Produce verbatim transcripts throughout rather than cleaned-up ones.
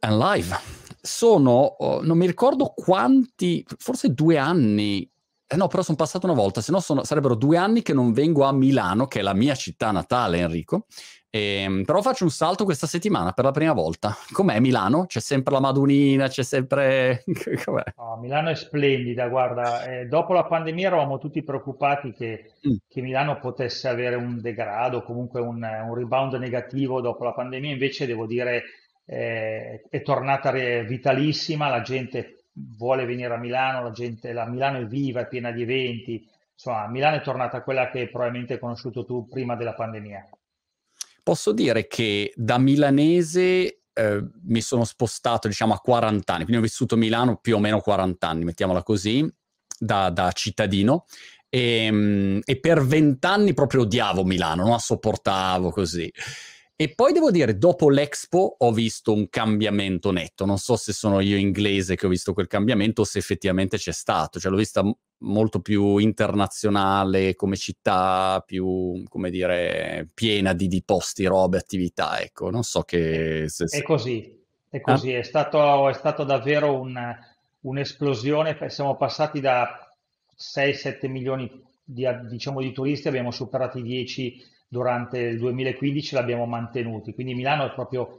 And live. Sono, oh, non mi ricordo quanti, forse due anni, eh no, però sono passato una volta, se no sono, sarebbero due anni che non vengo a Milano, che è la mia città natale, Enrico. E, però faccio un salto questa settimana per la prima volta. Com'è Milano? C'è sempre la Madunina, c'è sempre... Com'è? No, Milano è splendida, guarda, eh, dopo la pandemia eravamo tutti preoccupati che, Mm. che Milano potesse avere un degrado, comunque un, un rebound negativo dopo la pandemia, invece devo dire eh, è tornata re- vitalissima, la gente vuole venire a Milano, la gente, la Milano è viva, è piena di eventi, insomma, Milano è tornata quella che probabilmente hai conosciuto tu prima della pandemia. Posso dire che da milanese eh, mi sono spostato, diciamo, a quaranta anni, quindi ho vissuto a Milano più o meno quaranta anni, mettiamola così, da, da cittadino. E, mm, e per vent'anni proprio odiavo Milano, non la sopportavo così. E poi devo dire, dopo l'Expo ho visto un cambiamento netto. Non so se sono io inglese che ho visto quel cambiamento o se effettivamente c'è stato. Cioè, l'ho vista m- molto più internazionale come città, più, come dire, piena di, di posti, robe, attività. Ecco, non so È, che... Se, è se- così, è eh? così, è stato, è stato davvero un- un'esplosione. Siamo passati da sei sette milioni di, diciamo, di turisti, abbiamo superato i dieci durante il duemilaquindici, l'abbiamo mantenuti. Quindi Milano è proprio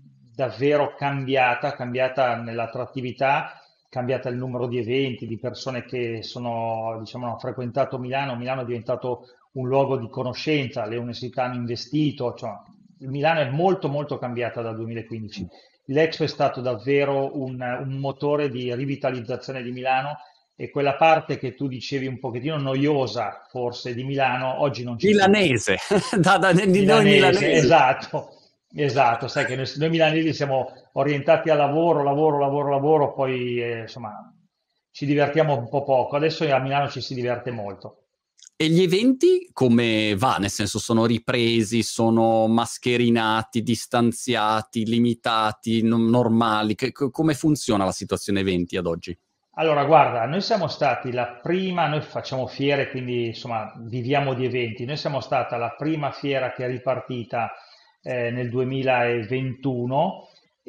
davvero cambiata, cambiata nell'attrattività, cambiata il numero di eventi, di persone che sono, diciamo, hanno frequentato Milano. Milano è diventato un luogo di conoscenza, le università hanno investito, cioè, Milano è molto molto cambiata dal duemilaquindici. L'Expo è stato davvero un, un motore di rivitalizzazione di Milano e quella parte che tu dicevi un pochettino noiosa forse di Milano oggi non c'è più. Milanese, da, da, di noi Milanese, milanesi. esatto, esatto, sai che noi, noi milanesi siamo orientati al lavoro, lavoro, lavoro, lavoro, poi eh, insomma ci divertiamo un po' poco. Adesso a Milano ci si diverte molto. E gli eventi come va? Nel senso, sono ripresi, sono mascherinati, distanziati, limitati, non- normali? Che- co- come funziona la situazione eventi ad oggi? Allora, guarda, noi siamo stati la prima, noi facciamo fiere, quindi insomma viviamo di eventi. Noi siamo stata la prima fiera che è ripartita eh, nel duemilaventuno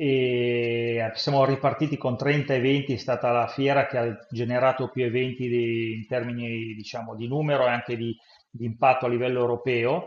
e siamo ripartiti con trenta eventi, è stata la fiera che ha generato più eventi di- in termini, diciamo, di numero e anche di, di impatto a livello europeo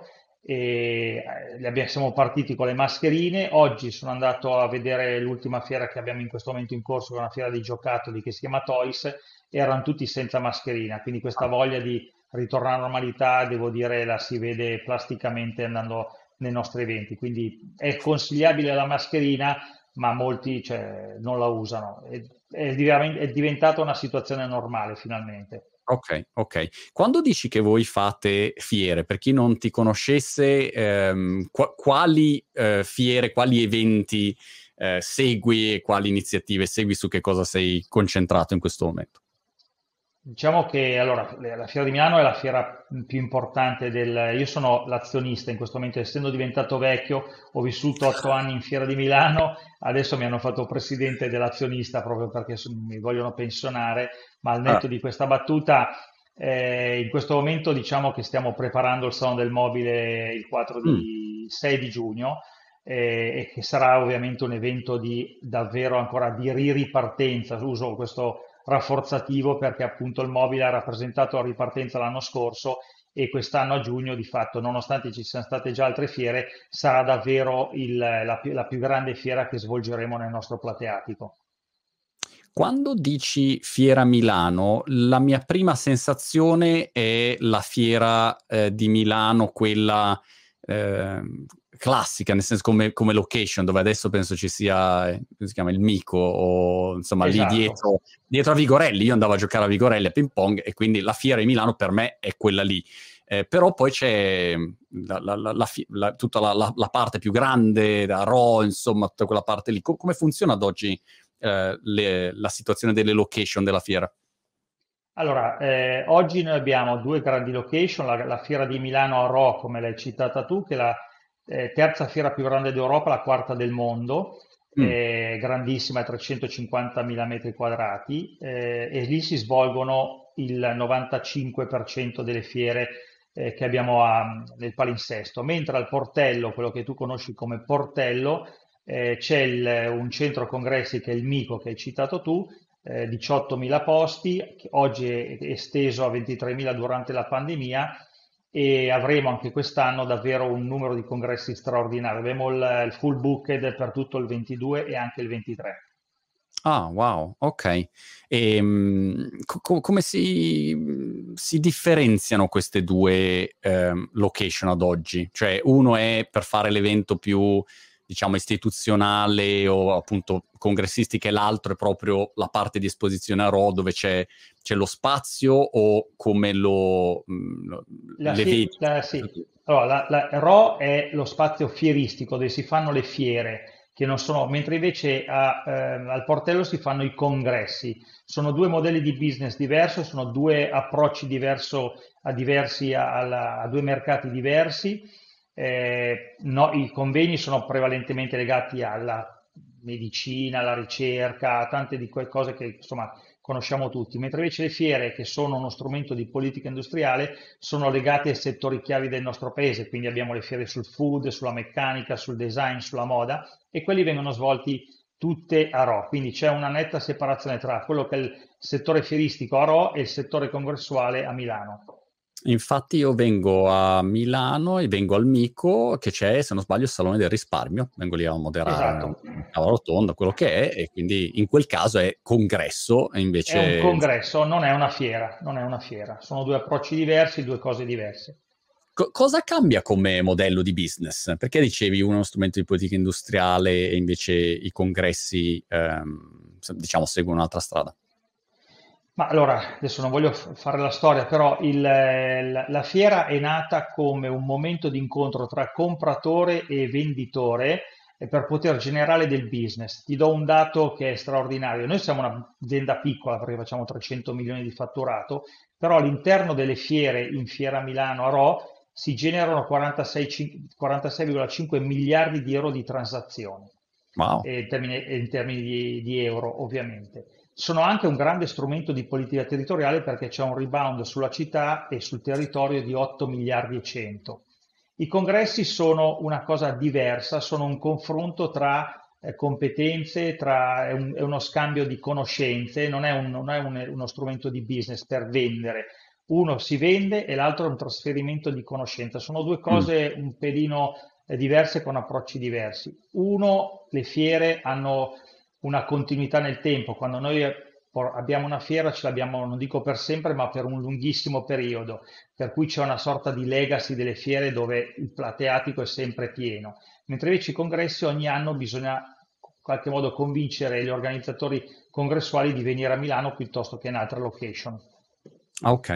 e eh, li abbiamo- siamo partiti con le mascherine. Oggi sono andato a vedere l'ultima fiera che abbiamo in questo momento in corso, che è una fiera di giocattoli che si chiama Toys, e erano tutti senza mascherina, quindi questa voglia di ritornare alla normalità, devo dire, la si vede plasticamente andando nei nostri eventi. Quindi è consigliabile la mascherina, ma molti, cioè, non la usano. È, è div- è diventata una situazione normale finalmente. Ok, ok. Quando dici che voi fate fiere, per chi non ti conoscesse, ehm, qua- quali eh, fiere, quali eventi eh, segui e quali iniziative segui, su che cosa sei concentrato in questo momento? Diciamo che allora, le- la Fiera di Milano è la fiera più importante del... Io sono l'azionista in questo momento, essendo diventato vecchio, ho vissuto otto anni in Fiera di Milano, adesso mi hanno fatto presidente dell'azionista proprio perché so- mi vogliono pensionare, ma al Ah, netto di questa battuta, eh, in questo momento diciamo che stiamo preparando il Salone del Mobile il quattro mm. di, sei di giugno eh, e che sarà ovviamente un evento di davvero ancora di riripartenza. Uso questo rafforzativo perché appunto il mobile ha rappresentato la ripartenza l'anno scorso e quest'anno a giugno di fatto, nonostante ci siano state già altre fiere, sarà davvero il- la, più la più grande fiera che svolgeremo nel nostro plateatico. Quando dici Fiera Milano, la mia prima sensazione è la fiera eh, di Milano, quella eh, classica, nel senso come, come location, dove adesso penso ci sia, eh, come si chiama, il Mico, o insomma lì Esatto. dietro, dietro a Vigorelli. Io andavo a giocare a Vigorelli a ping pong e quindi la fiera di Milano per me è quella lì. Eh, però poi c'è la, la, la, la, fi- la- tutta la, la- la parte più grande, da Ro, insomma, tutta quella parte lì. Co- come funziona ad oggi eh, le- la situazione delle location della fiera? Allora, eh, oggi noi abbiamo due grandi location, la, la fiera di Milano a Rho, come l'hai citata tu, che è la eh, terza fiera più grande d'Europa, la quarta del mondo, Mm. eh, grandissima, trecentocinquantamila metri quadrati, eh, e lì si svolgono il novantacinque per cento delle fiere eh, che abbiamo a- nel palinsesto, mentre al Portello, quello che tu conosci come Portello, eh, c'è il- un centro congressi che è il MICO che hai citato tu, eh, diciottomila posti, che oggi è esteso a ventitremila durante la pandemia e avremo anche quest'anno davvero un numero di congressi straordinario. Abbiamo il, il full booked per tutto il ventidue e anche il ventitré. Ah, wow, ok. E, mh, co- co- come si, mh, si differenziano queste due ehm, location ad oggi? Cioè, uno è per fare l'evento più, diciamo, istituzionale o appunto congressistico, e l'altro è proprio la parte di esposizione a Raw dove c'è, c'è lo spazio, o come lo, mh, lo- La le fie- vedi? la- sì. Allora, la, la- RO è lo spazio fieristico dove si fanno le fiere, che non sono, mentre invece a, ehm, al Portello si fanno i congressi. Sono due modelli di business diversi, sono due approcci diversi a, diversi, alla- a due mercati diversi. Eh, no, i convegni sono prevalentemente legati alla medicina, alla ricerca, a tante di quelle cose che insomma conosciamo tutti, mentre invece le fiere, che sono uno strumento di politica industriale, sono legate ai settori chiavi del nostro paese, quindi abbiamo le fiere sul food, sulla meccanica, sul design, sulla moda, e quelli vengono svolti tutte a Rho, quindi c'è una netta separazione tra quello che è il settore fieristico a Rho e il settore congressuale a Milano. Infatti io vengo a Milano e vengo al Mico, che c'è, se non sbaglio, il Salone del Risparmio. Vengo lì a moderare una, Esatto, un tavolo rotondo, quello che è, e quindi in quel caso è congresso, e è un invece... congresso, non è una fiera, non è una fiera, sono due approcci diversi, due cose diverse. Co- cosa cambia come modello di business? Perché dicevi uno strumento di politica industriale e invece i congressi, ehm, se- diciamo, seguono un'altra strada? Ma allora, adesso non voglio f- fare la storia, però il- la, la fiera è nata come un momento di incontro tra compratore e venditore eh, per poter generare del business. Ti do un dato che è straordinario. Noi siamo un'azienda piccola perché facciamo trecento milioni di fatturato, però all'interno delle fiere, in Fiera Milano a Rho, si generano quarantasei cin- quarantasei virgola cinque miliardi di euro di transazioni, Wow. eh, in termini, in termini di di euro, ovviamente. Sono anche un grande strumento di politica territoriale perché c'è un rebound sulla città e sul territorio di otto miliardi e cento. I congressi sono una cosa diversa, sono un confronto tra eh, competenze, tra, è, un- è uno scambio di conoscenze, non è, un- non è un- uno strumento di business per vendere. Uno si vende e l'altro è un trasferimento di conoscenza. Sono due Mm. cose un pelino eh, diverse con approcci diversi. Uno, le fiere hanno una continuità nel tempo. Quando noi por- abbiamo una fiera, ce l'abbiamo, non dico per sempre, ma per un lunghissimo periodo, per cui c'è una sorta di legacy delle fiere dove il plateatico è sempre pieno. Mentre invece i congressi ogni anno bisogna in qualche modo convincere gli organizzatori congressuali di venire a Milano piuttosto che in altre location. Ah, ok.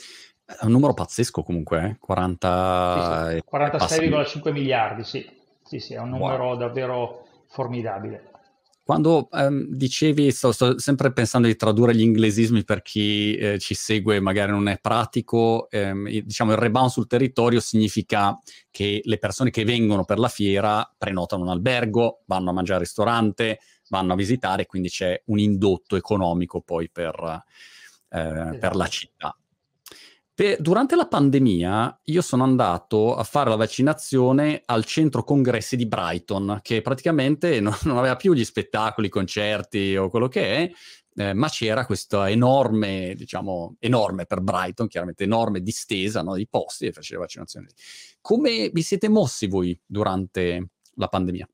È un numero pazzesco comunque, eh? Sì, sì, quaranta e, e passa. quarantasei virgola cinque miliardi, sì, sì, sì, è un Wow. numero davvero formidabile. Quando ehm, dicevi, sto, sto sempre pensando di tradurre gli inglesismi per chi eh, ci segue e magari non è pratico, ehm, il- diciamo il rebound sul territorio significa che le persone che vengono per la fiera prenotano un albergo, vanno a mangiare al ristorante, vanno a visitare, quindi c'è un indotto economico poi per, eh, per la Esatto. città. Pe- durante la pandemia io sono andato a fare la vaccinazione al centro congressi di Brighton, che praticamente non, non aveva più gli spettacoli, i concerti o quello che è, eh, ma c'era questa enorme, diciamo, enorme per Brighton, chiaramente enorme distesa, no, di posti e faceva vaccinazioni. Come vi siete mossi voi durante la pandemia?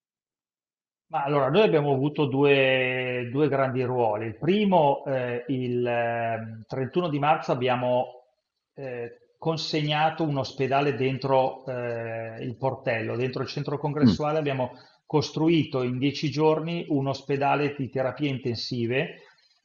Ma allora, noi abbiamo avuto due, due grandi ruoli. Il primo, eh, il eh, trentuno di marzo abbiamo eh, consegnato un ospedale dentro eh, il portello, dentro il centro Mm, congressuale abbiamo costruito in dieci giorni un ospedale di terapie intensive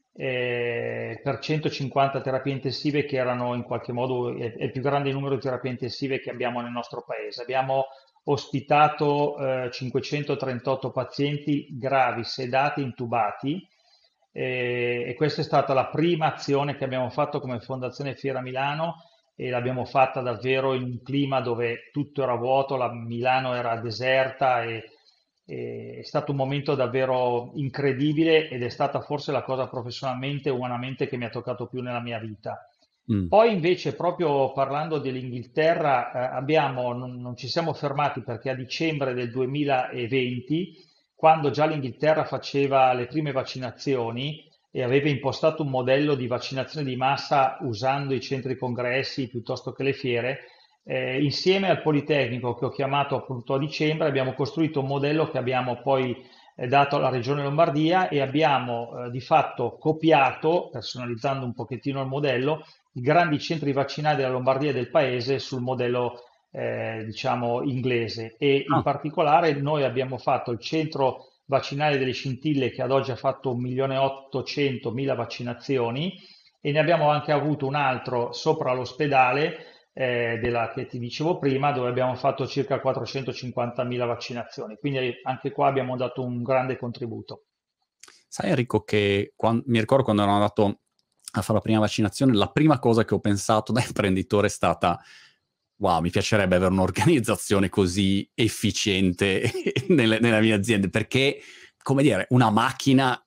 eh, per centocinquanta terapie intensive che erano in qualche modo è, è il più grande numero di terapie intensive che abbiamo nel nostro paese. Abbiamo ospitato eh, cinquecentotrentotto pazienti gravi, sedati, intubati eh, e questa è stata la prima azione che abbiamo fatto come Fondazione Fiera Milano e l'abbiamo fatta davvero in un clima dove tutto era vuoto, la Milano era deserta e, e è stato un momento davvero incredibile ed è stata forse la cosa professionalmente e umanamente che mi ha toccato più nella mia vita. Mm. Poi invece, proprio parlando dell'Inghilterra, eh, abbiamo, non, non ci siamo fermati perché a dicembre del duemilaventi, quando già l'Inghilterra faceva le prime vaccinazioni e aveva impostato un modello di vaccinazione di massa usando i centri congressi piuttosto che le fiere, eh, insieme al Politecnico che ho chiamato appunto a dicembre, abbiamo costruito un modello che abbiamo poi eh, dato alla Regione Lombardia e abbiamo eh, di fatto copiato, personalizzando un pochettino il modello, i grandi centri vaccinali della Lombardia e del paese sul modello eh, diciamo inglese, e in Ah, particolare noi abbiamo fatto il centro vaccinale delle Scintille che ad oggi ha fatto un milione e ottocentomila vaccinazioni, e ne abbiamo anche avuto un altro sopra l'ospedale eh, della, che ti dicevo prima, dove abbiamo fatto circa quattrocentocinquantamila vaccinazioni. Quindi anche qua abbiamo dato un grande contributo. sai Enrico che quan- mi ricordo quando ero andato a fare la prima vaccinazione, la prima cosa che ho pensato da imprenditore è stata: wow, mi piacerebbe avere un'organizzazione così efficiente nelle, nella mia azienda, perché, come dire, una macchina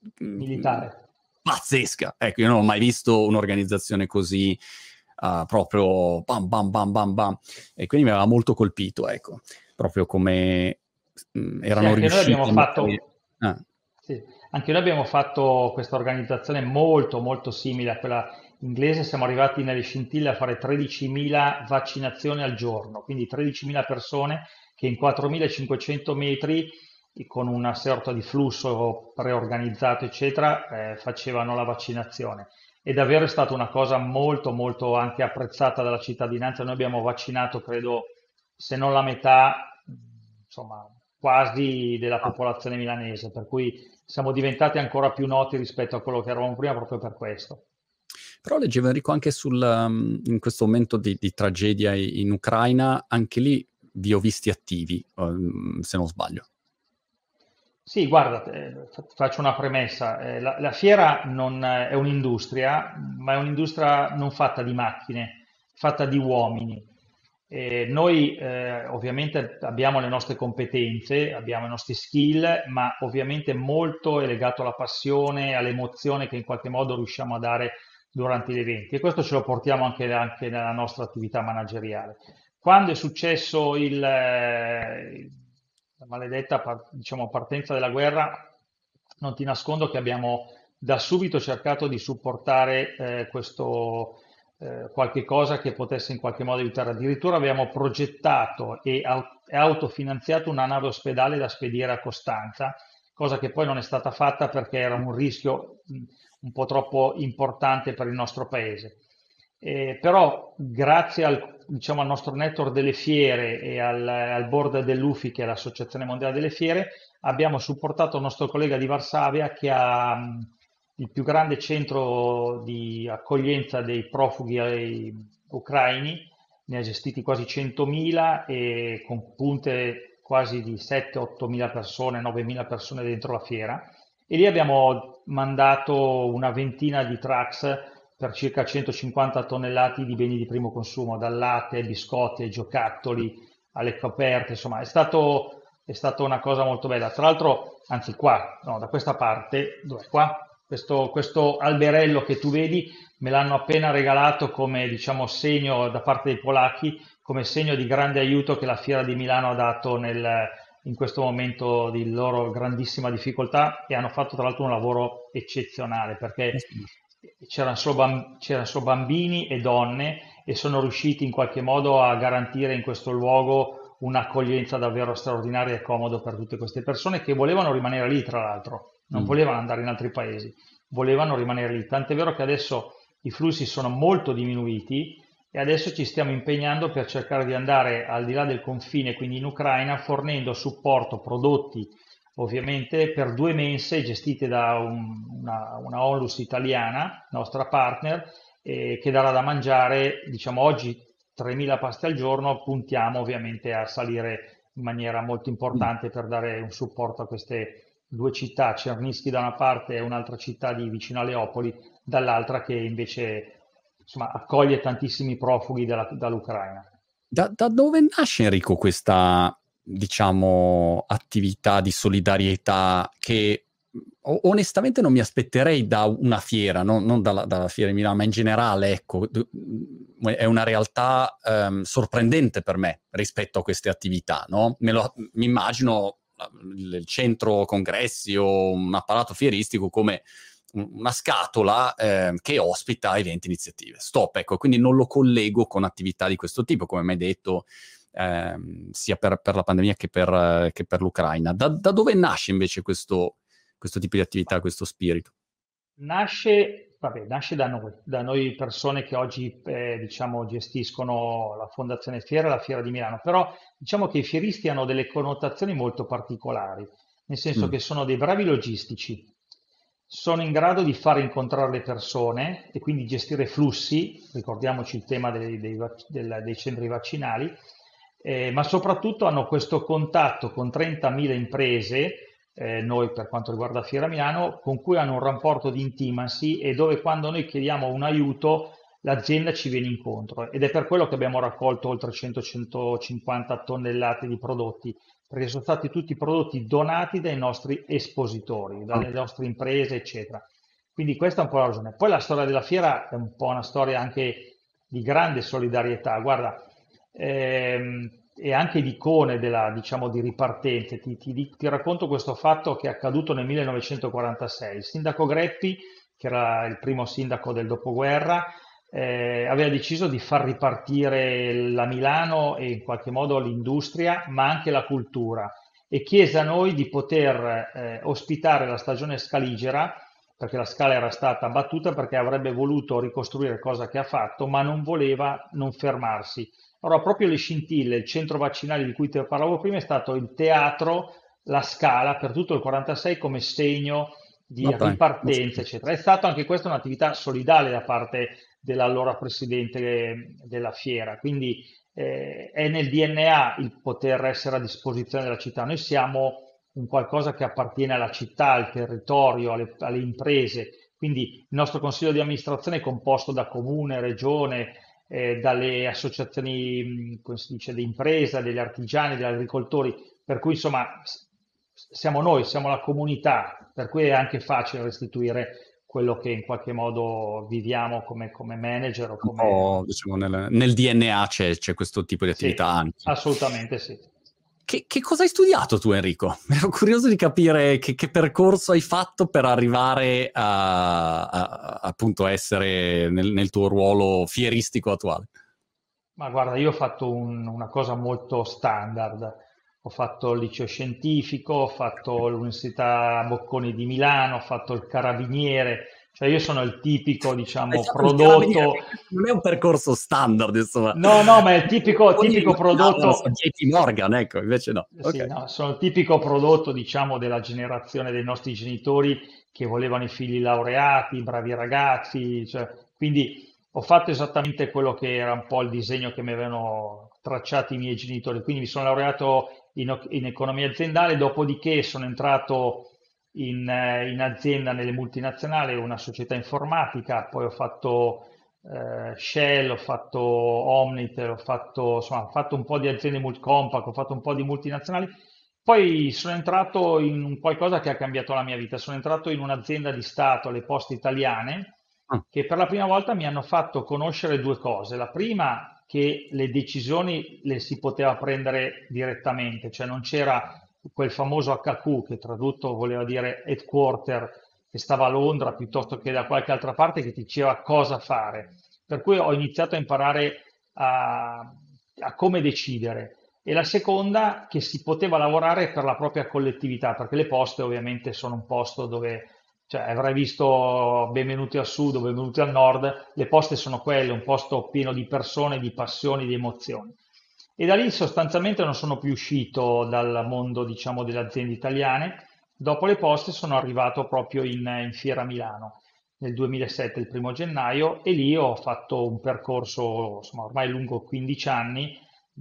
mm, Militare. pazzesca. Ecco, io non ho mai visto un'organizzazione così uh, proprio bam bam bam bam bam. E quindi mi aveva molto colpito, ecco, proprio come mm, Sì, erano anche noi abbiamo riusciti a mettere... fatto, Ah, sì, anche noi abbiamo fatto questa organizzazione molto molto simile a quella inglese. Siamo arrivati nelle Scintille a fare tredicimila vaccinazioni al giorno, quindi tredicimila persone che in quattromilacinquecento metri e con una sorta di flusso preorganizzato, eccetera, eh, facevano la vaccinazione. E davvero è stata una cosa molto molto anche apprezzata dalla cittadinanza. Noi abbiamo vaccinato, credo, se non la metà, insomma, quasi della ah. popolazione milanese, per cui siamo diventati ancora più noti rispetto a quello che eravamo prima proprio per questo. Però leggevo Enrico anche sul, um, in questo momento di, di tragedia in Ucraina, anche lì vi ho visti attivi, um, se non sbaglio. Sì, guarda, eh, fa- faccio una premessa. Eh, la, la fiera non è un'industria, ma è un'industria non fatta di macchine, fatta di uomini. E noi eh, ovviamente abbiamo le nostre competenze, abbiamo i nostri skill, ma ovviamente molto è legato alla passione, all'emozione che in qualche modo riusciamo a dare durante gli eventi, e questo ce lo portiamo anche, anche nella nostra attività manageriale. Quando è successo il, eh, la maledetta par- diciamo, partenza della guerra, non ti nascondo che abbiamo da subito cercato di supportare eh, questo eh, qualche cosa che potesse in qualche modo aiutare. Addirittura abbiamo progettato e, au- e autofinanziato una nave ospedale da spedire a Costanza, cosa che poi non è stata fatta perché era un rischio mh, un po' troppo importante per il nostro paese. Eh, però grazie al, diciamo, al nostro network delle fiere e al, al board dell'U F I, che è l'Associazione Mondiale delle Fiere, abbiamo supportato il nostro collega di Varsavia che ha mh, il più grande centro di accoglienza dei profughi eh, ucraini, ne ha gestiti quasi centomila e con punte quasi di sette-ottomila persone, novemila persone dentro la fiera. E lì abbiamo mandato una ventina di trucks per circa centocinquanta tonnellate di beni di primo consumo, dal latte ai biscotti, ai giocattoli, alle coperte, insomma, è stato, è stata una cosa molto bella. Tra l'altro, anzi qua, no, da questa parte, dov'è qua? Questo, questo alberello che tu vedi me l'hanno appena regalato come, diciamo, segno da parte dei polacchi, come segno di grande aiuto che la Fiera di Milano ha dato nel, in questo momento di loro grandissima difficoltà, e hanno fatto tra l'altro un lavoro eccezionale perché c'erano solo, bam- c'erano solo bambini e donne, e sono riusciti in qualche modo a garantire in questo luogo un'accoglienza davvero straordinaria e comodo per tutte queste persone che volevano rimanere lì, tra l'altro, non Mm. volevano andare in altri paesi, volevano rimanere lì. Tant'è vero che adesso i flussi sono molto diminuiti e adesso ci stiamo impegnando per cercare di andare al di là del confine, quindi in Ucraina, fornendo supporto, prodotti ovviamente per due mense gestite da un- una, una onlus italiana, nostra partner, eh, che darà da mangiare, diciamo oggi tremila paste al giorno, puntiamo ovviamente a salire in maniera molto Mm. importante per dare un supporto a queste due città, Cernischi da una parte e un'altra città di vicino a Leopoli dall'altra, che invece insomma, accoglie tantissimi profughi dalla- dall'Ucraina. Da, da dove nasce Enrico questa, diciamo, attività di solidarietà che onestamente non mi aspetterei da una fiera, no? Non dalla, dalla fiera di Milano, ma in generale, ecco, è una realtà um, sorprendente per me rispetto a queste attività, no? Me lo, mi immagino il centro congressi o un apparato fieristico come una scatola eh, che ospita eventi, iniziative. Stop, ecco, quindi non lo collego con attività di questo tipo, come mi hai detto, ehm, sia per, per la pandemia che per, eh, che per l'Ucraina. Da, da dove nasce invece questo, questo tipo di attività, questo spirito? Nasce, vabbè, nasce da noi, da noi persone che oggi eh, diciamo, gestiscono la Fondazione Fiera e la Fiera di Milano, però diciamo che i fieristi hanno delle connotazioni molto particolari, nel senso Mm. che sono dei bravi logistici, sono in grado di far incontrare le persone e quindi gestire flussi, ricordiamoci il tema dei, dei vac- del- dei centri vaccinali, eh, ma soprattutto hanno questo contatto con trentamila imprese, eh, noi per quanto riguarda Fiera Milano, con cui hanno un rapporto di intimacy e dove quando noi chiediamo un aiuto l'azienda ci viene incontro ed è per quello che abbiamo raccolto oltre cento centocinquanta tonnellate di prodotti, perché sono stati tutti prodotti donati dai nostri espositori, Ah, dalle nostre imprese, eccetera. Quindi questa è un po' la ragione. Poi la storia della fiera è un po' una storia anche di grande solidarietà. Guarda, ehm, e anche di icone della, diciamo, di ripartenza. Ti, ti- ti racconto questo fatto che è accaduto nel millenovecentoquarantasei. Il sindaco Greppi, che era il primo sindaco del dopoguerra, eh, aveva deciso di far ripartire la Milano e in qualche modo l'industria, ma anche la cultura, e chiese a noi di poter eh, ospitare la stagione scaligera, perché la Scala era stata abbattuta perché avrebbe voluto ricostruire cosa che ha fatto, ma non voleva non fermarsi. Allora, proprio le scintille, il centro vaccinale di cui ti parlavo prima, è stato il teatro, la Scala, per tutto il quarantasei come segno di ma dai, non ripartenza, sapevo. eccetera. È stata anche questa un'attività solidale da parte dell'allora presidente della fiera, quindi eh, è nel D N A il poter essere a disposizione della città. Noi siamo un qualcosa che appartiene alla città, al territorio, alle, alle imprese, quindi il nostro consiglio di amministrazione è composto da comune, regione, eh, dalle associazioni, mh, come si dice, di impresa, degli artigiani, degli agricoltori, per cui insomma s- siamo noi, siamo la comunità, per cui è anche facile restituire quello che in qualche modo viviamo come, come manager o Un come... po', diciamo, nel, nel D N A c'è, c'è questo tipo di Sì, attività anche. assolutamente sì. Che, che cosa hai studiato tu, Enrico? Ero curioso di capire che, che percorso hai fatto per arrivare a, a- a- appunto a essere nel, nel tuo ruolo fieristico attuale. Ma guarda, io ho fatto un- una cosa molto standard. Ho fatto il liceo scientifico, ho fatto l'Università Bocconi di Milano, ho fatto il carabiniere, cioè io sono il tipico, Hai diciamo, fatto il carabiniere, prodotto. questo non è un percorso standard, insomma. No, no, ma è il tipico, Molti tipico immaginavo, non so, prodotto. J P Morgan, ecco, invece no. Sì, Ok. no, sono il tipico prodotto, diciamo, della generazione dei nostri genitori che volevano i figli laureati, bravi ragazzi, cioè, quindi ho fatto esattamente quello che era un po' il disegno che mi avevano tracciato i miei genitori. Quindi mi sono laureato in, in economia aziendale, dopodiché sono entrato in, eh, in azienda nelle multinazionali, una società informatica, poi ho fatto eh, Shell, ho fatto Omnitel, ho fatto, insomma, ho fatto un po' di aziende multicompact, ho fatto un po' di multinazionali. Poi sono entrato in un qualcosa che ha cambiato la mia vita. Sono entrato in un'azienda di Stato, le Poste Italiane, Ah, che per la prima volta mi hanno fatto conoscere due cose. La prima, che le decisioni le si poteva prendere direttamente, cioè non c'era quel famoso H Q che tradotto voleva dire headquarter, che stava a Londra piuttosto che da qualche altra parte, che ti diceva cosa fare. Per cui ho iniziato a imparare a, a come decidere. E la seconda, che si poteva lavorare per la propria collettività, perché le poste ovviamente sono un posto dove, cioè, avrai visto Benvenuti al Sud o Benvenuti al Nord, le poste sono quelle, un posto pieno di persone, di passioni, di emozioni. E da lì sostanzialmente non sono più uscito dal mondo, diciamo, delle aziende italiane. Dopo le poste sono arrivato proprio in, in Fiera Milano nel duemilasette, il primo gennaio, e lì ho fatto un percorso, insomma, ormai lungo quindici anni,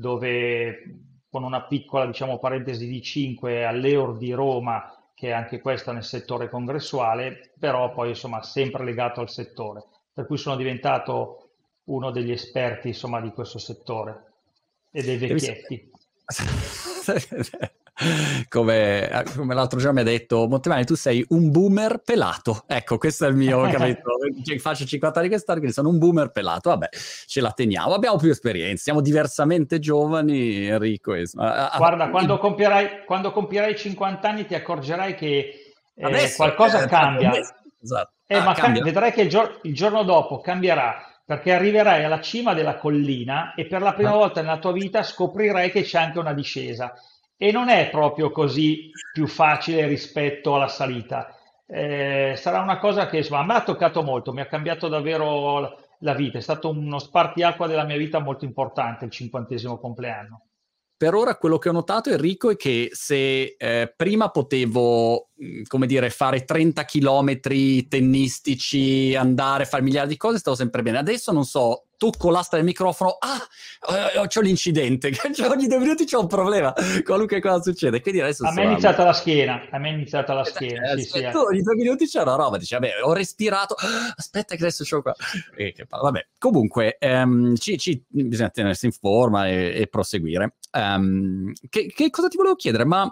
dove con una piccola, diciamo, parentesi di cinque all'E O R di Roma, che è anche questa nel settore congressuale, però poi insomma sempre legato al settore, per cui sono diventato uno degli esperti insomma di questo settore e dei devi sapere. vecchietti. Come, eh, come l'altro giorno mi ha detto Montemagno, tu sei un boomer pelato. Ecco, questo è il mio, capito? Cioè, faccio cinquanta anni quest'anno, quindi sono un boomer pelato. Vabbè, ce la teniamo. Abbiamo più esperienza, siamo diversamente giovani, Enrico. E, ah, ah, Guarda, quando compierai, quando compierai cinquanta anni ti accorgerai che eh, adesso, qualcosa eh, tra due cambia. mesi. Esatto. Eh, Ah, ma ca- cambia. vedrai che il, gior- il giorno dopo cambierà, perché arriverai alla cima della collina e per la prima Ah. volta nella tua vita scoprirai che c'è anche una discesa. E non è proprio così più facile rispetto alla salita. Eh, sarà una cosa che insomma, a me ha toccato molto, mi ha cambiato davvero la la vita. È stato uno spartiacque della mia vita molto importante il cinquantesimo compleanno. Per ora quello che ho notato, Enrico, è che se eh, prima potevo, mh, come dire, fare trenta chilometri tennistici, andare, fare miliardi di cose, stavo sempre bene. Adesso non so, tocco l'asta del microfono, ah, eh, c'ho l'incidente, cioè, ogni due minuti c'ho un problema, qualunque cosa succede. Quindi adesso A me è sono... iniziata la schiena, a me è iniziata la schiena, Eh, sì, sì. aspetta, eh. ogni due minuti c'è una roba, dice, vabbè, ho respirato, ah, aspetta che adesso c'ho qua. E che pa- vabbè, comunque, ehm, ci, ci- bisogna tenersi in forma e, e proseguire. Ehm, che, che cosa ti volevo chiedere? Ma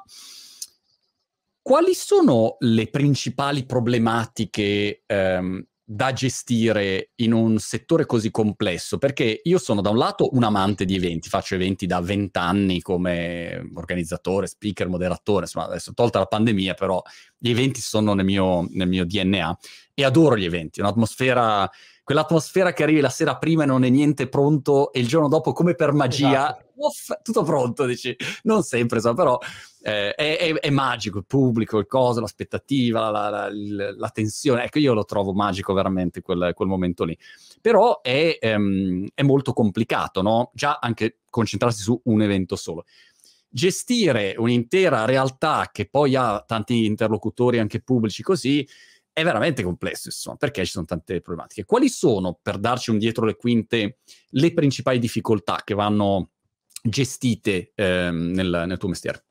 quali sono le principali problematiche ehm, da gestire in un settore così complesso? Perché io sono da un lato un amante di eventi, faccio eventi da vent'anni come organizzatore, speaker, moderatore, insomma adesso tolta la pandemia, però gli eventi sono nel mio, nel mio D N A e adoro gli eventi, un'atmosfera, quell'atmosfera che arrivi la sera prima e non è niente pronto e il giorno dopo come per magia, Esatto. uff, tutto pronto, dici, non sempre, insomma, però eh, è, è, è magico il pubblico, il coso, l'aspettativa, la, la, la, la tensione. Ecco, io lo trovo magico veramente quel, quel momento lì. Però è, ehm, è molto complicato, no? Già anche concentrarsi su un evento solo. Gestire un'intera realtà che poi ha tanti interlocutori anche pubblici così è veramente complesso, insomma, perché ci sono tante problematiche. Quali sono, per darci un dietro le quinte, le principali difficoltà che vanno gestite ehm, nel, nel tuo mestiere?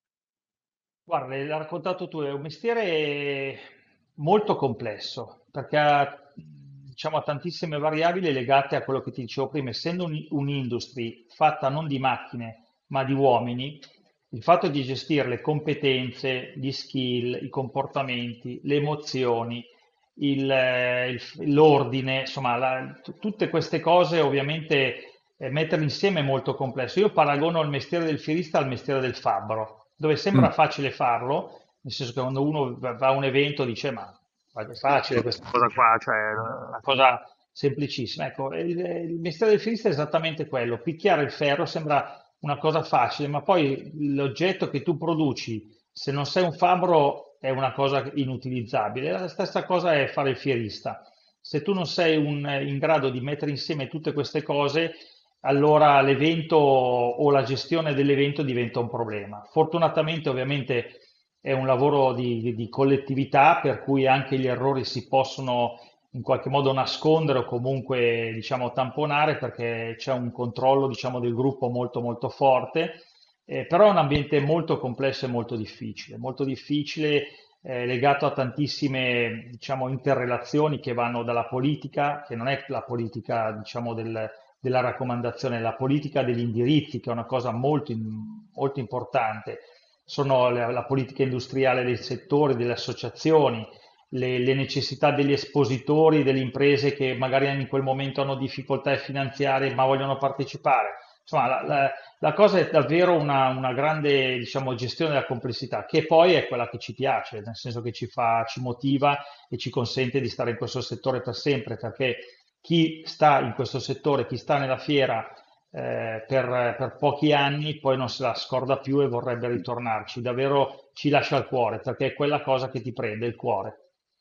Guarda, l'hai raccontato tu, è un mestiere molto complesso perché ha, diciamo, ha tantissime variabili legate a quello che ti dicevo prima. Essendo un- un'industria fatta non di macchine ma di uomini, il fatto di gestire le competenze, gli skill, i comportamenti, le emozioni, il, eh, il- l'ordine, insomma, la- t- tutte queste cose ovviamente eh, metterle insieme è molto complesso. Io paragono il mestiere del fierista al mestiere del fabbro, dove Mm. sembra facile farlo, nel senso che quando uno va va a un evento dice ma ma è facile questa cosa qua, cioè è una cosa semplicissima. Ecco, il, il mestiere del fierista è esattamente quello, picchiare il ferro sembra una cosa facile, ma poi l'oggetto che tu produci, se non sei un fabbro, è una cosa inutilizzabile. La stessa cosa è fare il fierista. Se tu non sei un- in grado di mettere insieme tutte queste cose, allora l'evento o la gestione dell'evento diventa un problema. Fortunatamente, ovviamente, è un lavoro di, di collettività, per cui anche gli errori si possono in qualche modo nascondere o comunque, diciamo, tamponare perché c'è un controllo, diciamo, del gruppo molto molto forte. Eh, però è un ambiente molto complesso e molto difficile, molto difficile, eh, legato a tantissime, diciamo, interrelazioni che vanno dalla politica, che non è la politica, diciamo, del- della raccomandazione, la politica degli indirizzi, che è una cosa molto, in- molto importante, sono la, la politica industriale del settore, delle associazioni, le, le necessità degli espositori, delle imprese che magari in quel momento hanno difficoltà finanziarie ma vogliono partecipare. Insomma, la, la- la cosa è davvero una, una grande, diciamo, gestione della complessità, che poi è quella che ci piace, nel senso che ci fa, ci motiva e ci consente di stare in questo settore per sempre, perché chi sta in questo settore, chi sta nella fiera eh, per, per pochi anni, poi non se la scorda più e vorrebbe ritornarci. Davvero ci lascia il cuore, perché è quella cosa che ti prende il cuore.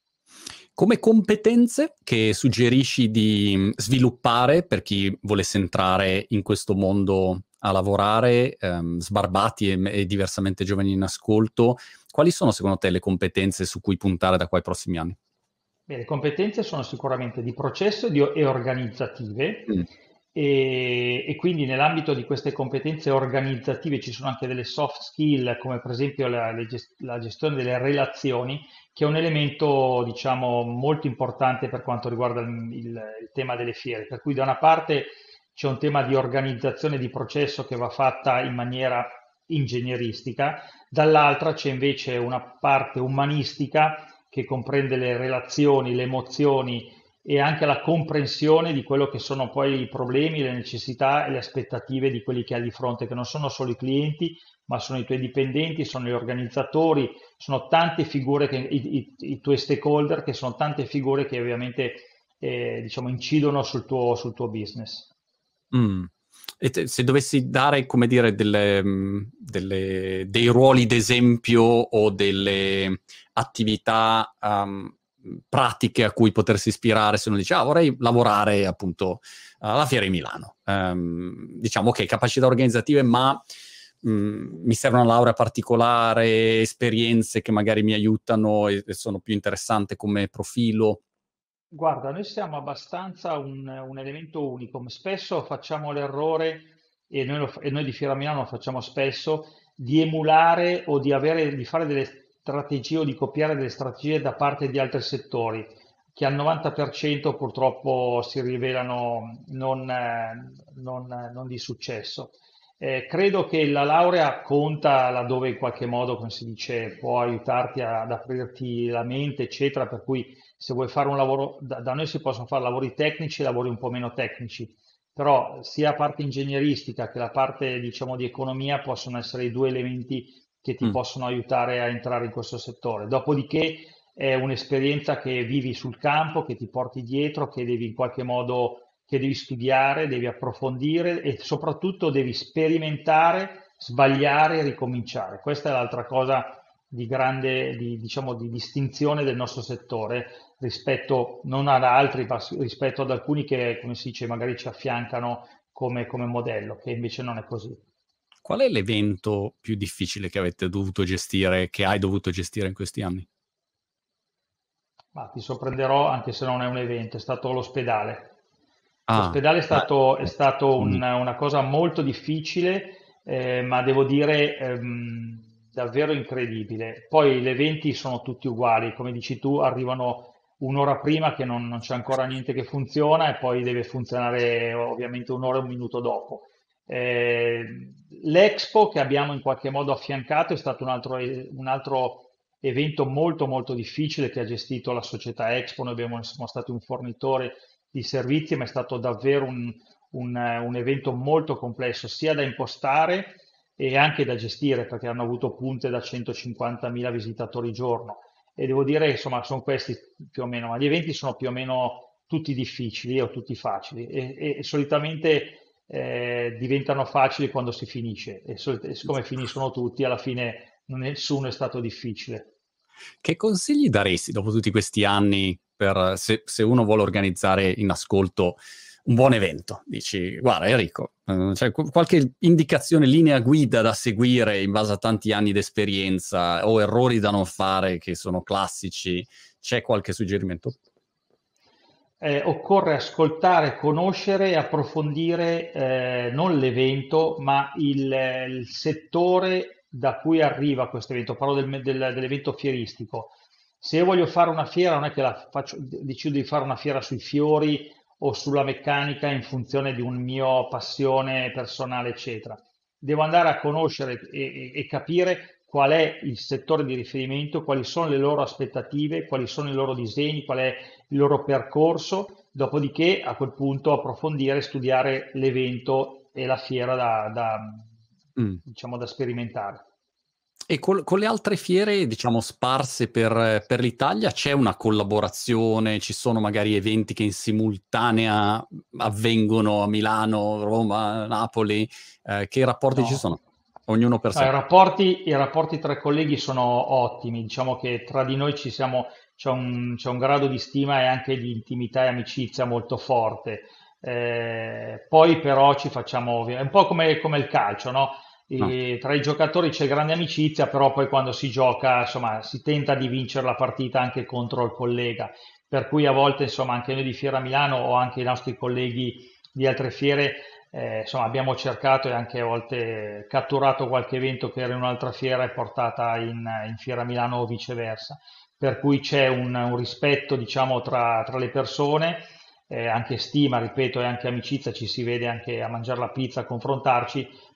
Come competenze che suggerisci di mh, sviluppare per chi volesse entrare in questo mondo a lavorare, ehm, sbarbati e, e diversamente giovani in ascolto, quali sono secondo te le competenze su cui puntare da qua ai prossimi anni? Beh, le competenze sono sicuramente di processo e, di- e organizzative Mm. e, e quindi nell'ambito di queste competenze organizzative ci sono anche delle soft skill come per esempio la, le ges- la gestione delle relazioni che è un elemento diciamo molto importante per quanto riguarda il, il- il tema delle fiere. Per cui da una parte c'è un tema di organizzazione di processo che va fatta in maniera ingegneristica, dall'altra c'è invece una parte umanistica che comprende le relazioni, le emozioni e anche la comprensione di quello che sono poi i problemi, le necessità e le aspettative di quelli che hai di fronte, che non sono solo i clienti, ma sono i tuoi dipendenti, sono gli organizzatori, sono tante figure, che, i, i- i tuoi stakeholder, che sono tante figure che ovviamente eh, diciamo, incidono sul tuo, sul tuo business. Mm. E te- se dovessi dare, come dire, delle, mh, delle- dei ruoli d'esempio o delle attività um, pratiche a cui potersi ispirare, se uno dice, ah, vorrei lavorare appunto alla Fiera di Milano. Ehm, diciamo che capacità organizzative, ma mh, mi serve una laurea particolare, esperienze che magari mi aiutano e, e sono più interessante come profilo. Guarda, noi siamo abbastanza un, un elemento unico. Spesso facciamo l'errore, e noi, lo fa- e noi di Fiera Milano lo facciamo spesso, di emulare o di avere, di fare delle strategie o di copiare delle strategie da parte di altri settori, che al novanta per cento purtroppo si rivelano non, eh, non, eh, non di successo. Eh, credo che la laurea conta laddove in qualche modo, come si dice, può aiutarti a- ad aprirti la mente, eccetera, per cui se vuoi fare un lavoro, da, da noi si possono fare lavori tecnici e lavori un po' meno tecnici, però sia la parte ingegneristica che la parte, diciamo, di economia possono essere i due elementi che ti Mm. possono aiutare a entrare in questo settore. Dopodiché è un'esperienza che vivi sul campo, che ti porti dietro, che devi in qualche modo, che devi studiare, devi approfondire e soprattutto devi sperimentare, sbagliare e ricominciare. Questa è l'altra cosa di grande, di, diciamo, di distinzione del nostro settore rispetto non ad altri, ma rispetto ad alcuni che, come si dice, magari ci affiancano come, come modello, che invece non è così. Qual è l'evento più difficile che avete dovuto gestire, che hai dovuto gestire in questi anni? Ma ti sorprenderò anche se non è un evento, è stato l'ospedale. Ah, L'ospedale è stato, è eh, stato mm, un- una cosa molto difficile, eh, ma devo dire ehm, davvero incredibile. Poi gli eventi sono tutti uguali, come dici tu, arrivano un'ora prima che non, non c'è ancora niente che funziona e poi deve funzionare ovviamente un'ora e un minuto dopo. Eh, L'Expo che abbiamo in qualche modo affiancato è stato un altro, un altro evento molto molto difficile che ha gestito la società Expo. Noi abbiamo, siamo stati un fornitore di servizi, ma è stato davvero un, un, eh, un evento molto complesso, sia da impostare e anche da gestire, perché hanno avuto punte da centocinquantamila visitatori giorno. E devo dire, insomma, sono questi più o meno, ma gli eventi sono più o meno tutti difficili o tutti facili e, e- e solitamente eh, diventano facili quando si finisce e, sol- e siccome finiscono tutti, alla fine non è- nessuno è stato difficile. che consigli daresti dopo tutti questi anni per se, se uno vuole organizzare in ascolto un buon evento? Dici, guarda Enrico, eh, c'è qu- qualche indicazione, linea guida da seguire in base a tanti anni di esperienza o errori da non fare che sono classici? C'è qualche suggerimento? Eh, occorre ascoltare, conoscere e approfondire eh, non l'evento, ma il, eh, il settore da cui arriva questo evento. Parlo del- del- dell'evento fieristico. Se io voglio fare una fiera, non è che la faccio- decido di fare una fiera sui fiori o sulla meccanica in funzione di un mio passione personale, eccetera. Devo andare a conoscere e, e- e capire qual è il settore di riferimento, quali sono le loro aspettative, quali sono i loro disegni, qual è il loro percorso, dopodiché a quel punto approfondire, studiare l'evento e la fiera da, da, Mm. diciamo, da sperimentare. E col- con le altre fiere, diciamo, sparse per, per l'Italia, c'è una collaborazione? Ci sono magari eventi che in simultanea avvengono a Milano, Roma, Napoli? Eh, che rapporti ci No. sono? Ognuno per No, i sé. rapporti, i rapporti tra i colleghi sono ottimi, diciamo che tra di noi ci siamo, c'è un, c'è un grado di stima e anche di intimità e amicizia molto forte. Eh, poi però ci facciamo, è un po' come, come il calcio, no? No. E tra i giocatori c'è grande amicizia, però poi quando si gioca, insomma, si tenta di vincere la partita anche contro il collega. Per cui a volte, insomma, anche noi di Fiera Milano o anche i nostri colleghi di altre fiere eh, insomma, abbiamo cercato e anche a volte catturato qualche evento che era in un'altra fiera e portata in, in Fiera Milano o viceversa. Per cui c'è un, un rispetto, diciamo, tra, tra le persone, eh, anche stima, ripeto, e anche amicizia, ci si vede anche a mangiare la pizza, a confrontarci,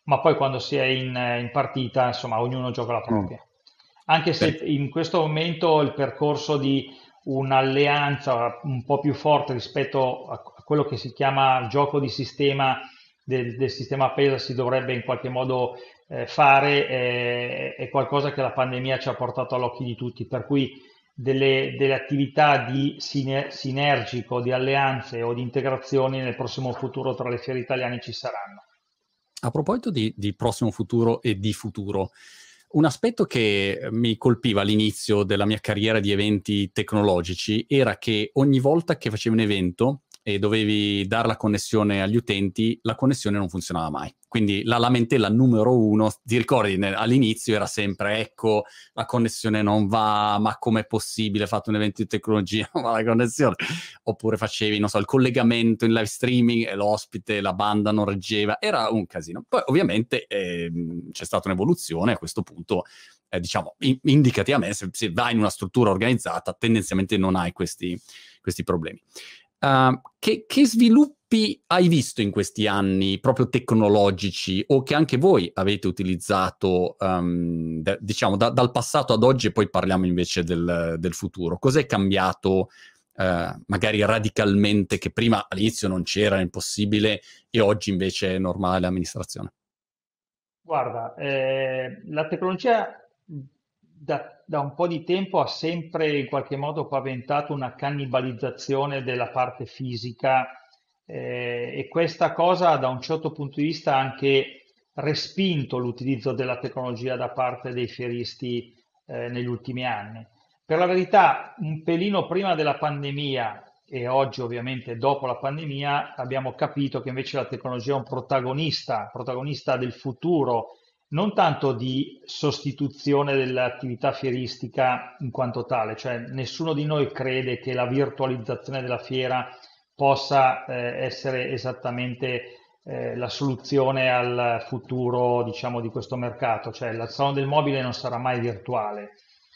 ma poi quando si è in, in partita, insomma, ognuno gioca la Mm. propria. Anche se Per- in questo momento il percorso di un'alleanza un po' più forte rispetto a a quello che si chiama gioco di sistema del, del sistema PESA si dovrebbe in qualche modo eh, fare, è, è qualcosa che la pandemia ci ha portato all'occhio di tutti, per cui delle, delle attività di sine- sinergico, di alleanze o di integrazioni nel prossimo futuro tra le fiere italiane ci saranno. A proposito di, di prossimo futuro e di futuro, un aspetto che mi colpiva all'inizio della mia carriera di eventi tecnologici era che ogni volta che facevi un evento e dovevi dare la connessione agli utenti, la connessione non funzionava mai. Quindi la lamentela numero uno, ti ricordi, ne- all'inizio era sempre, ecco, la connessione non va, ma com'è possibile? Fate un evento di tecnologia, non va la connessione. Oppure facevi, non so, il collegamento in live streaming e l'ospite, la banda non reggeva, era un casino. Poi ovviamente ehm, c'è stata un'evoluzione, a questo punto, eh, diciamo, in- indicati a me, se, se vai in una struttura organizzata, tendenzialmente non hai questi, questi problemi. Uh, che, che sviluppi hai visto in questi anni proprio tecnologici o che anche voi avete utilizzato, um, da- diciamo, da- dal passato ad oggi e poi parliamo invece del, del futuro? Cos'è cambiato eh, magari radicalmente che prima all'inizio non c'era, era impossibile e oggi invece è normale l'amministrazione? Guarda, eh, la tecnologia da, da un po' di tempo ha sempre in qualche modo paventato una cannibalizzazione della parte fisica eh, e questa cosa da un certo punto di vista ha anche respinto l'utilizzo della tecnologia da parte dei fieristi eh, negli ultimi anni. Per la verità, un pelino prima della pandemia e oggi ovviamente dopo la pandemia abbiamo capito che invece la tecnologia è un protagonista, protagonista del futuro, non tanto di sostituzione dell'attività fieristica in quanto tale, cioè nessuno di noi crede che la virtualizzazione della fiera possa eh, essere esattamente eh, la soluzione al futuro, diciamo, di questo mercato, cioè il salone del mobile non sarà mai virtuale.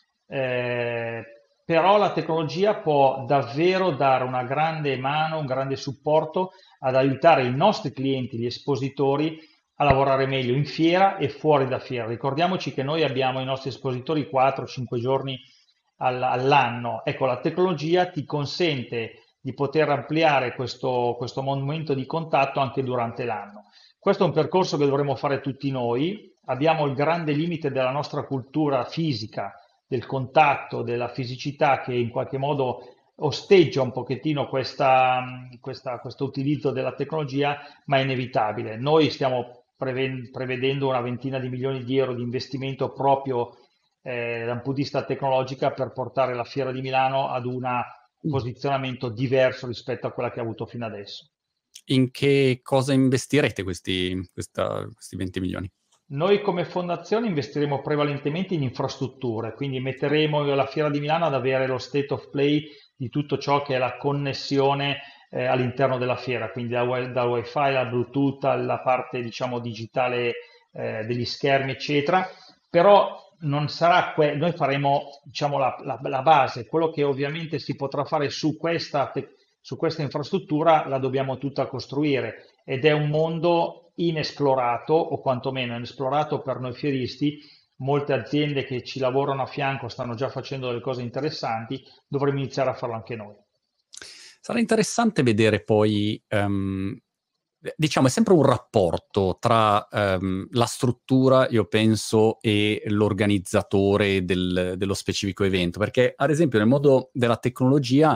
Eh, Però la tecnologia può davvero dare una grande mano, un grande supporto ad aiutare i nostri clienti, gli espositori, a lavorare meglio in fiera e fuori da fiera. Ricordiamoci che noi abbiamo i nostri espositori quattro cinque giorni all- all'anno. Ecco, la tecnologia ti consente di poter ampliare questo, questo momento di contatto anche durante l'anno. Questo è un percorso che dovremo fare tutti noi. Abbiamo il grande limite della nostra cultura fisica, del contatto, della fisicità che in qualche modo osteggia un pochettino questa, questa- questo utilizzo della tecnologia, ma è inevitabile. Noi stiamo preve- prevedendo una ventina di milioni di euro di investimento proprio eh, da un punto di vista tecnologico per portare la Fiera di Milano ad un Mm. posizionamento diverso rispetto a quella che ha avuto fino adesso. In che cosa investirete questi, questa- questi venti milioni? Noi come fondazione investiremo prevalentemente in infrastrutture, quindi metteremo la Fiera di Milano ad avere lo state of play di tutto ciò che è la connessione eh, all'interno della fiera, quindi da, wi- da wifi, alla Bluetooth, alla parte diciamo digitale eh, degli schermi, eccetera. Però non sarà que- noi faremo diciamo la, la- la base, quello che ovviamente si potrà fare su questa, te- su questa infrastruttura la dobbiamo tutta costruire ed è un mondo inesplorato o quantomeno inesplorato per noi fieristi. Molte aziende che ci lavorano a fianco stanno già facendo delle cose interessanti, dovremmo iniziare a farlo anche noi. Sarà interessante vedere poi, ehm, diciamo, è sempre un rapporto tra ehm, la struttura, io penso, e l'organizzatore del- dello specifico evento, perché ad esempio nel mondo della tecnologia,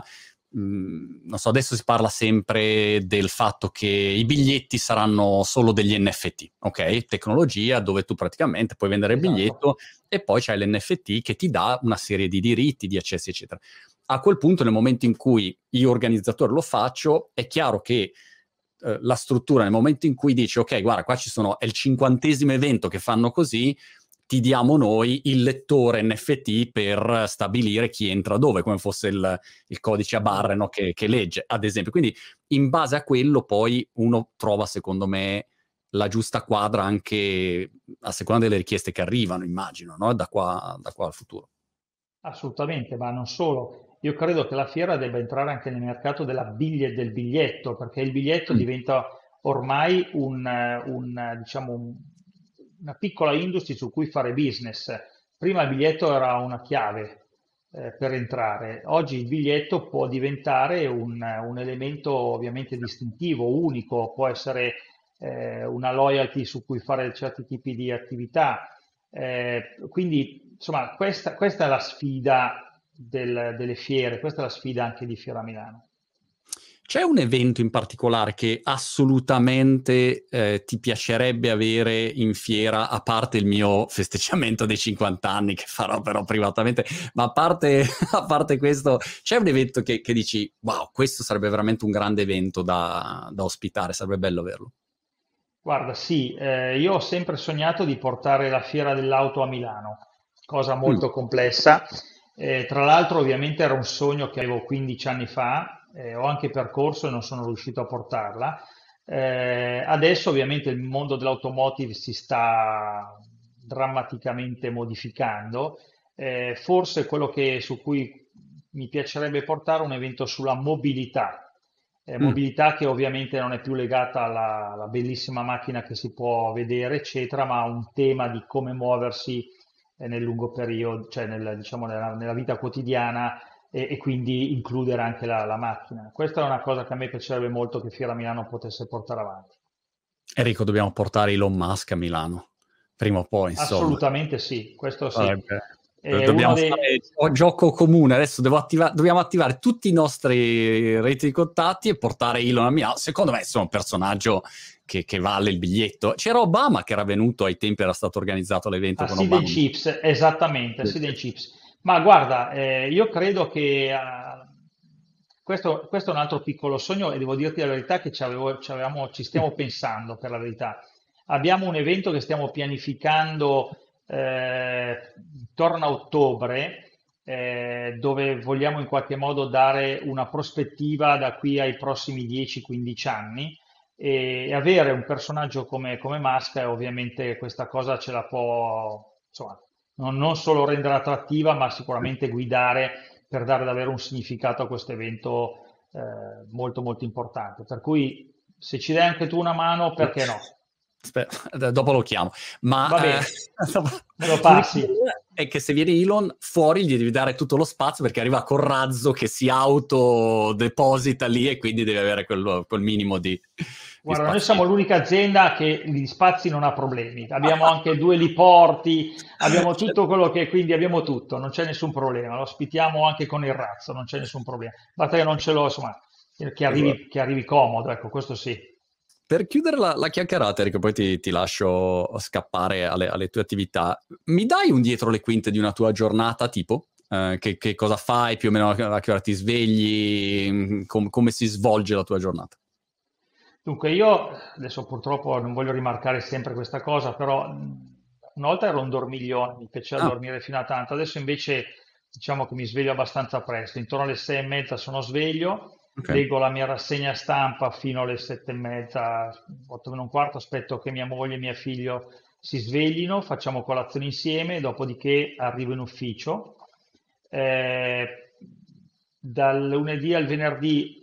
mh, non so, adesso si parla sempre del fatto che i biglietti saranno solo degli N F T, ok? Tecnologia dove tu praticamente puoi vendere il Esatto. biglietto e poi c'è l'N F T che ti dà una serie di diritti, di accessi, eccetera. A quel punto, nel momento in cui io organizzatore lo faccio, è chiaro che eh, la struttura, nel momento in cui dici, ok, guarda, qua ci sono, è il cinquantesimo evento che fanno così, ti diamo noi il lettore N F T per stabilire chi entra dove, come fosse il, il codice a barre, no, Esatto. che, che legge, ad esempio. Quindi, in base a quello, poi uno trova, secondo me, la giusta quadra anche a seconda delle richieste che arrivano, immagino, no? Da qua, da qua al futuro. Assolutamente, ma non solo. Io credo che la fiera debba entrare anche nel mercato della biglie- del biglietto, perché il biglietto Mm. diventa ormai un, eh, un, eh, diciamo, un- una piccola industria su cui fare business. Prima il biglietto era una chiave eh, per entrare, oggi il biglietto può diventare un, un elemento ovviamente distintivo, unico, può essere eh, una loyalty su cui fare certi tipi di attività. Eh, quindi, insomma, questa, questa è la sfida del- delle fiere, questa è la sfida anche di Fiera Milano. C'è un evento in particolare che assolutamente eh, ti piacerebbe avere in fiera, a parte il mio festeggiamento dei cinquanta anni che farò però privatamente, ma a parte, a parte questo, c'è un evento che, che dici, wow, questo sarebbe veramente un grande evento da, da ospitare, sarebbe bello averlo. Guarda, sì, eh, io ho sempre sognato di portare la Fiera dell'Auto a Milano, cosa Mm, molto complessa. Eh, tra l'altro, ovviamente era un sogno che avevo quindici anni fa, eh, ho anche percorso e non sono riuscito a portarla. Eh, adesso, ovviamente, il mondo dell'automotive si sta drammaticamente modificando. Eh, forse quello che- su cui mi piacerebbe portare è un evento sulla mobilità. Eh, mm. mobilità che ovviamente non è più legata alla, alla bellissima macchina che si può vedere, eccetera, ma a un tema di come muoversi eh, nel lungo periodo, cioè nel- diciamo, nella, nella vita quotidiana e, e quindi includere anche la, la macchina. Questa è una cosa che a me piacerebbe molto che Fiera Milano potesse portare avanti. Enrico, dobbiamo portare Elon Musk a Milano, prima o poi, insomma. Assolutamente sì, questo sì. Sarebbe- È uno Dobbiamo dei... fare un gioco comune. Adesso devo attiva- dobbiamo attivare tutti i nostri reti di contatti e portare Elon a Milano. Secondo me, insomma, un personaggio che, che vale il biglietto. C'era Obama che era venuto ai tempi, era stato organizzato l'evento A con Seed and Obama. Chips, esattamente, a Seed and Chips. Ma guarda, eh, io credo che ah, questo, questo è un altro piccolo sogno e devo dirti la verità che ci, avevo- ci avevamo- ci stiamo pensando per la verità. Abbiamo un evento che stiamo pianificando eh, intorno a ottobre, eh, dove vogliamo in qualche modo dare una prospettiva da qui ai prossimi dieci quindici anni e avere un personaggio come, come Musk, eh, ovviamente questa cosa ce la può, insomma, non, non solo rendere attrattiva, ma sicuramente guidare per dare davvero un significato a questo evento eh, molto molto importante. Per cui se ci dai anche tu una mano, perché no? Aspetta, dopo lo chiamo. Ma Va eh, bene, me lo l'unica passi. cosa è che se viene Elon fuori gli devi dare tutto lo spazio perché arriva col razzo che si autodeposita lì e quindi deve avere quel, quel minimo di, di Guarda, noi siamo spazio. l'unica azienda che di spazi non ha problemi. Abbiamo anche due eliporti, abbiamo tutto quello che, quindi abbiamo tutto, non c'è nessun problema. Lo ospitiamo anche con il razzo, non c'è nessun problema. Basta che non ce l'ho, insomma, che arrivi, che arrivi comodo, ecco, questo sì. Per chiudere la, la chiacchierata, Enrico, poi ti, ti lascio scappare alle, alle tue attività, mi dai un dietro le quinte di una tua giornata, tipo? Eh, che, che cosa fai, più o meno a che ora ti svegli, mm, com- come si svolge la tua giornata? Dunque, io adesso purtroppo non voglio rimarcare sempre questa cosa, però mh, una volta ero un dormiglione, mi piaceva Ah, dormire fino a tanto, adesso invece diciamo che mi sveglio abbastanza presto, intorno alle sei e mezza sono sveglio, ok. leggo la mia rassegna stampa fino alle sette e mezza, otto meno un quarto, aspetto che mia moglie e mio figlio si sveglino, facciamo colazione insieme, dopodiché arrivo in ufficio. Eh, Dal lunedì al venerdì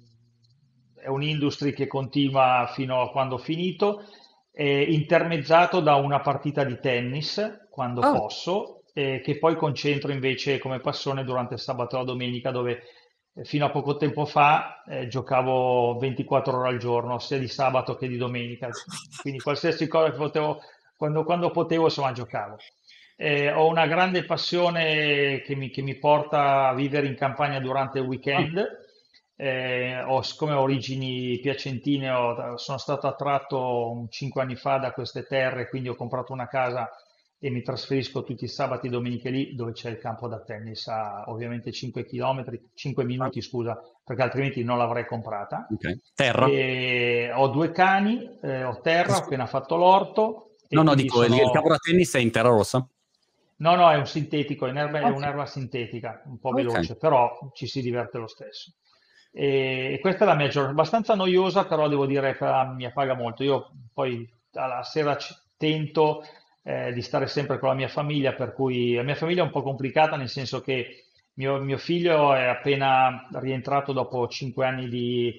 è un'industria che continua fino a quando ho finito, è intermezzato da una partita di tennis quando Ah, posso, e che poi concentro invece come passione durante il sabato e la domenica, dove eh, fino a poco tempo fa eh, giocavo ventiquattro ore al giorno, sia di sabato che di domenica. Quindi qualsiasi cosa che potevo, quando, quando potevo, insomma, giocavo. Eh, ho una grande passione che mi, che mi porta a vivere in campagna durante il ah. weekend. Eh, ho, siccome ho origini piacentine, ho- sono stato attratto cinque anni fa da queste terre, quindi ho comprato una casa e mi trasferisco tutti i sabati e domeniche lì, dove c'è il campo da tennis a ovviamente cinque chilometri, cinque Ah, minuti, scusa, perché altrimenti non l'avrei comprata. ok. Terra? E ho due cani, eh, ho terra, ho appena fatto l'orto e No, no, quindi dico, il, il campo sono... da tennis è in terra rossa? No, no, è un sintetico, è un'erba, è Ok. un'erba sintetica, un po' Ok. veloce, però ci si diverte lo stesso. E, e questa è la mia giornata, abbastanza noiosa, però devo dire che ah, mi appaga molto. Io poi alla sera ci- tento eh, di stare sempre con la mia famiglia, per cui la mia famiglia è un po' complicata, nel senso che mio, mio figlio è appena rientrato dopo cinque anni di,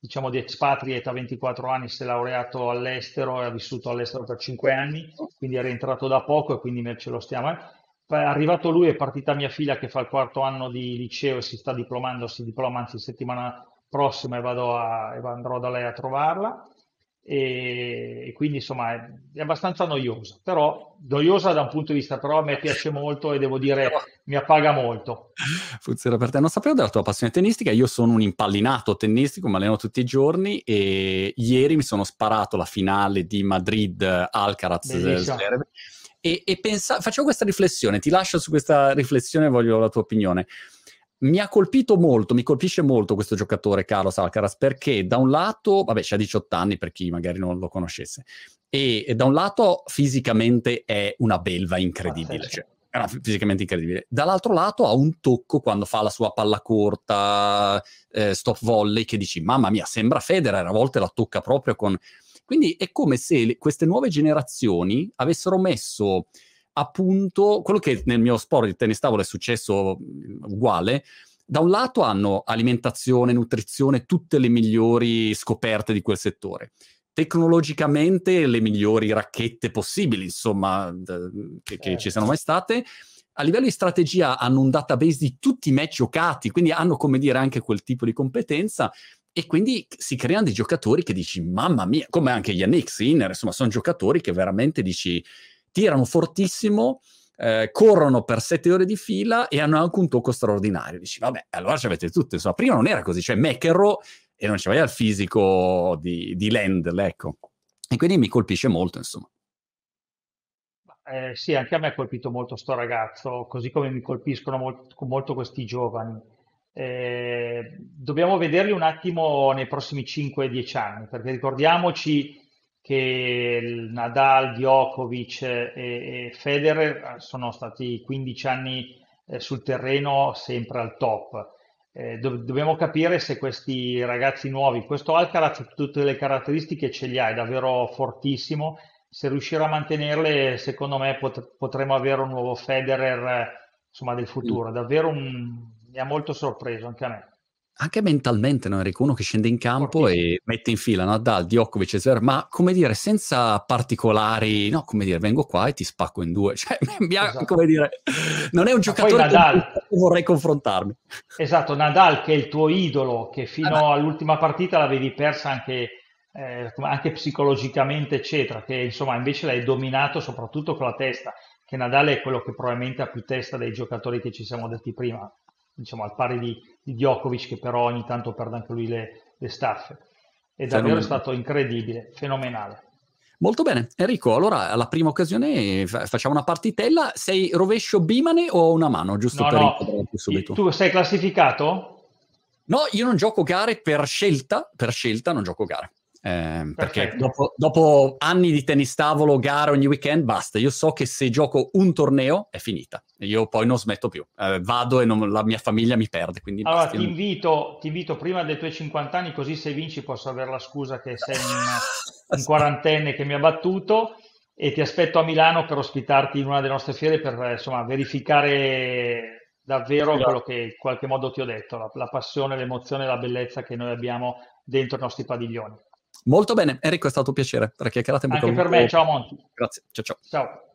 diciamo di expatriate a ventiquattro anni, si è laureato all'estero e ha vissuto all'estero per cinque anni, quindi è rientrato da poco e quindi me- ce lo stiamo. eh. Poi è arrivato lui, è partita mia figlia che fa il quarto anno di liceo e si sta diplomando, si diploma anzi settimana prossima e vado a, e andrò da lei a trovarla. E, e quindi insomma è, è abbastanza noiosa, però noiosa da un punto di vista, però a me piace molto e devo Però dire mi appaga molto. funziona per te. Non sapevo della tua passione tennistica, io sono un impallinato tennistico, mi alleno tutti i giorni e ieri mi sono sparato la finale di Madrid-Alcaraz Bellissima. Zverev e, e pensa, facevo questa riflessione, ti lascio su questa riflessione, voglio la tua opinione. Mi ha colpito molto, mi colpisce molto questo giocatore Carlos Alcaraz perché da un lato, vabbè, c'ha diciotto anni per chi magari non lo conoscesse, e, e da un lato fisicamente è una belva incredibile, Pazzesco. cioè è una- fisicamente incredibile. Dall'altro lato ha un tocco quando fa la sua palla corta, eh, stop volley, che dici, mamma mia, sembra Federer, a volte la tocca proprio con... Quindi è come se le- queste nuove generazioni avessero messo a punto quello che nel mio sport di tennis tavolo è successo mh, uguale. Da un lato hanno alimentazione, nutrizione, tutte le migliori scoperte di quel settore. Tecnologicamente le migliori racchette possibili, insomma, d- che, che ci Certo. siano mai state. A livello di strategia hanno un database di tutti i match giocati, quindi hanno, come dire, anche quel tipo di competenza e quindi si creano dei giocatori che dici, mamma mia, come anche Yannick Sinner, insomma, sono giocatori che veramente dici, tirano fortissimo, eh, corrono per sette ore di fila e hanno anche un tocco straordinario. Dici, vabbè, allora ci avete tutto. Insomma, prima non era così, cioè McEnroe e non c'aveva il fisico di, di Lendl, ecco. E quindi mi colpisce molto, insomma. Eh, sì, anche a me ha colpito molto sto ragazzo, così come mi colpiscono molt- molto questi giovani. Eh, dobbiamo vederli un attimo nei prossimi cinque dieci anni, perché ricordiamoci che il Nadal, Djokovic e, e Federer sono stati quindici anni eh, sul terreno sempre al top. Eh, do- dobbiamo capire se questi ragazzi nuovi, questo Alcaraz tutte le caratteristiche ce li ha, è davvero fortissimo, se riuscirà a mantenerle, secondo me pot- potremo avere un nuovo Federer, eh, insomma, del Mm. futuro. Davvero un- mi ha molto sorpreso anche a me. Anche mentalmente, no, Enrico? Uno che scende in campo Fortissimo. e mette in fila Nadal, Djokovic e Zverev, ma come dire, senza particolari, no, come dire, vengo qua e ti spacco in due. Cioè, mi ha- Esatto. come dire, non è un Ma poi giocatore con cui Nadal, vorrei confrontarmi. esatto, Nadal che è il tuo idolo, che Ah, ma fino all'ultima partita l'avevi persa anche, eh, come- anche psicologicamente, eccetera, che insomma invece l'hai dominato soprattutto con la testa, che Nadal è quello che probabilmente ha più testa dei giocatori che ci siamo detti prima, diciamo al pari di, di Djokovic che però ogni tanto perde anche lui le, le staffe. E davvero è fenomenale. stato incredibile, fenomenale. Molto bene, Enrico, allora alla prima occasione fa- facciamo una partitella. Sei rovescio bimane o una mano, giusto No, per no, inquadrarti i- subito? tu sei classificato? No, io non gioco gare per scelta, per scelta non gioco gare. Eh, perché Perfetto. dopo, dopo anni di tennis tavolo, gare ogni weekend, basta. Io so che se gioco un torneo è finita. Io poi non smetto più. Eh, vado e non- la mia famiglia mi perde, quindi Allora basta. Io ti non- invito, ti invito prima dei tuoi cinquanta anni, così se vinci posso avere la scusa che sei un, un quarantenne che mi ha battuto e ti aspetto a Milano per ospitarti in una delle nostre fiere per eh, insomma, verificare davvero quello che in qualche modo ti ho detto, la, la passione, l'emozione e la bellezza che noi abbiamo dentro i nostri padiglioni. Molto bene, Enrico, è stato un piacere. Per la chiacchierata in bocca al Anche per me, lupo. ciao Monti. Grazie, ciao ciao. Ciao.